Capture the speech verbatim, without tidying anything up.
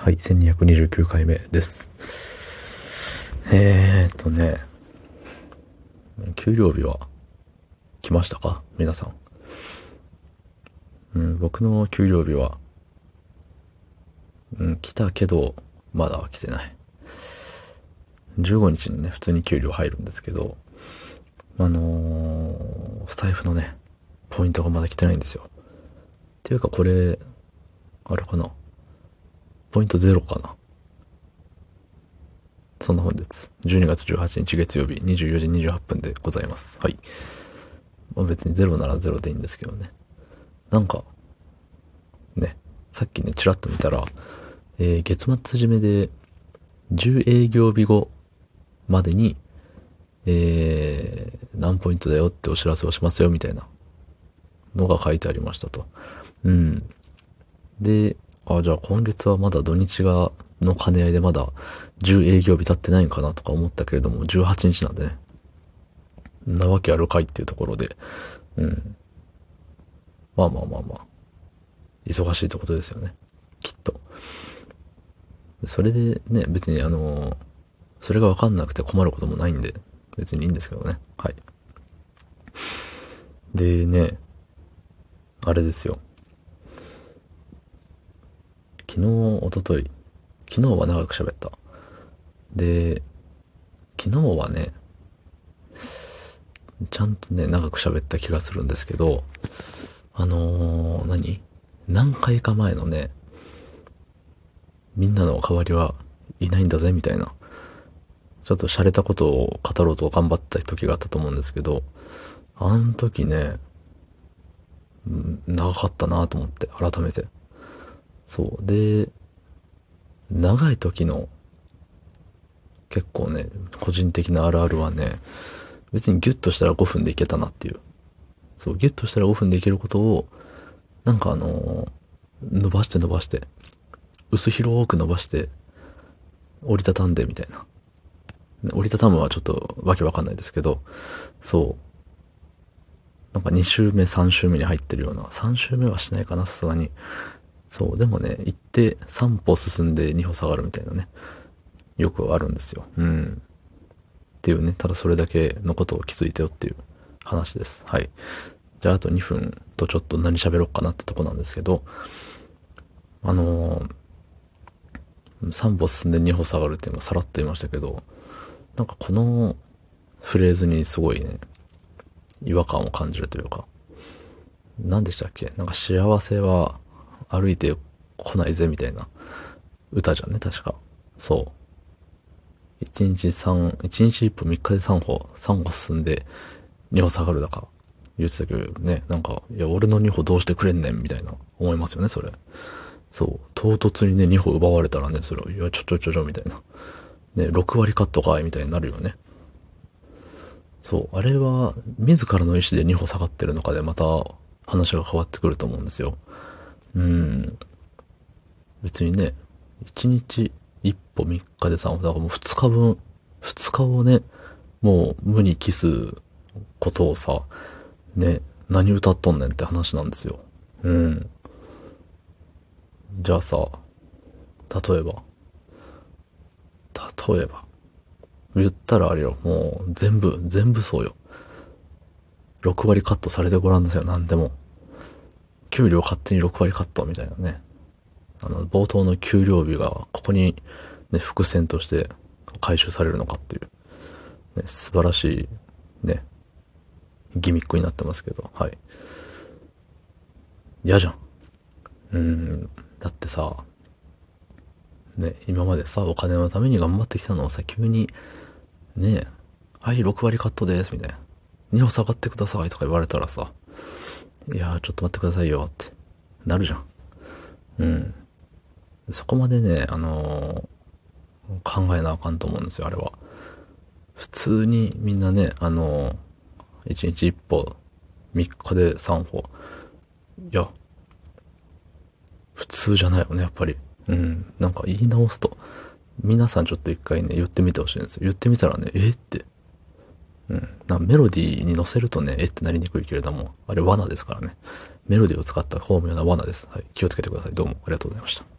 はい、せんにひゃくにじゅうきゅうかいめです。えーっとね、給料日は来ましたか皆さん。うん、僕の給料日は、うん、来たけど、まだ来てない。じゅうごにちにね、普通に給料入るんですけど、あのー、スタイフのね、ポイントがまだ来てないんですよ。っていうかこれ、あれかな。ポイントゼロかな。そんな本日、じゅうにがつじゅうはちにち月曜日にじゅうよじにじゅうはっぷんでございます。はい。まあ、別にゼロならゼロでいいんですけどね。なんか、ね、さっきね、ちらっと見たら、えー、月末締めで、じゅう営業日後までに、えー、何ポイントだよってお知らせをしますよ、みたいなのが書いてありましたと。うん。で、あ、じゃあ今月はまだ土日が、の兼ね合いでまだじゅう営業日経ってないんかなとか思ったけれども、じゅうはちにちなんでね。なわけあるかいっていうところで、うん。まあまあまあまあ。忙しいってことですよね。きっと。それでね、別にあの、それがわかんなくて困ることもないんで、別にいいんですけどね。はい。でね、あれですよ。昨日、おととい、昨日は長く喋った。で、昨日はね、ちゃんとね、長く喋った気がするんですけど、あのー、何何回か前のね、みんなの代わりはいないんだぜ、みたいな。ちょっと洒落たことを語ろうと頑張った時があったと思うんですけど、あの時ね、長かったなと思って、改めて。そう。で、長い時の、結構ね、個人的なあるあるはね、別にギュッとしたらごふんでいけたなっていう。そう、ギュッとしたらごふんでいけることを、なんかあのー伸ばして伸ばして、薄広く伸ばして、折りたたんでみたいな。折りたたむはちょっとわけわかんないですけど、そう。なんかに週目、さん週目に入ってるような、さん週目はしないかな、さすがに。そう、でもね、行ってさん歩進んでに歩下がるみたいなね、よくあるんですよ。うん。っていうね、ただそれだけのことを気づいてよっていう話です。はい。じゃああとにふんとちょっと何喋ろうかなってとこなんですけど、あのー、さん歩進んでに歩下がるっていうのをさらっと言いましたけど、なんかこのフレーズにすごいね、違和感を感じるというか、何でしたっけなんか幸せは歩いてこないぜみたいな歌じゃんね、確か。そう。一日三、一日一歩三日で三歩、三歩進んで二歩下がるだか言ってたけどね、なんか、いや、俺の二歩どうしてくれんねんみたいな思いますよね、それ。そう。唐突にね、二歩奪われたらね、それを、いや、ちょちょちょちょみたいな。ね、ろく割カットかいみたいになるよね。そう。あれは、自らの意思で二歩下がってるのかで、また話が変わってくると思うんですよ。うん。別にね、一日一歩三日でさ、だからもう二日分、二日をね、もう無に帰すことをさ、ね、何歌っとんねんって話なんですよ。うん。じゃあさ、例えば、例えば、言ったらあれよ、もう全部、全部そうよ。ろく割カットされてごらんなさいよ、なんでも。給料勝手にろく割カットみたいなね。あの、冒頭の給料日がここに、ね、伏線として回収されるのかっていう、ね、素晴らしい、ね、ギミックになってますけど、はい。嫌じゃん。うーん、だってさ、ね、今までさ、お金のために頑張ってきたのをさ、急に、ね、はい、ろく割カットです、みたいな。に歩下がってくださいとか言われたらさ、いやー、ちょっと待ってくださいよ、って、なるじゃん。うん。そこまでね、あのー、考えなあかんと思うんですよ、あれは。普通にみんなね、あのー、一日一歩、三日で三歩。いや、普通じゃないよね、やっぱり。うん。なんか言い直すと、皆さんちょっと一回ね、言ってみてほしいんですよ。言ってみたらね、えって。うん。なんかメロディーに乗せるとね、えってなりにくいけれども、あれ罠ですからね。メロディーを使った巧妙な罠です。はい。気をつけてください。どうもありがとうございました。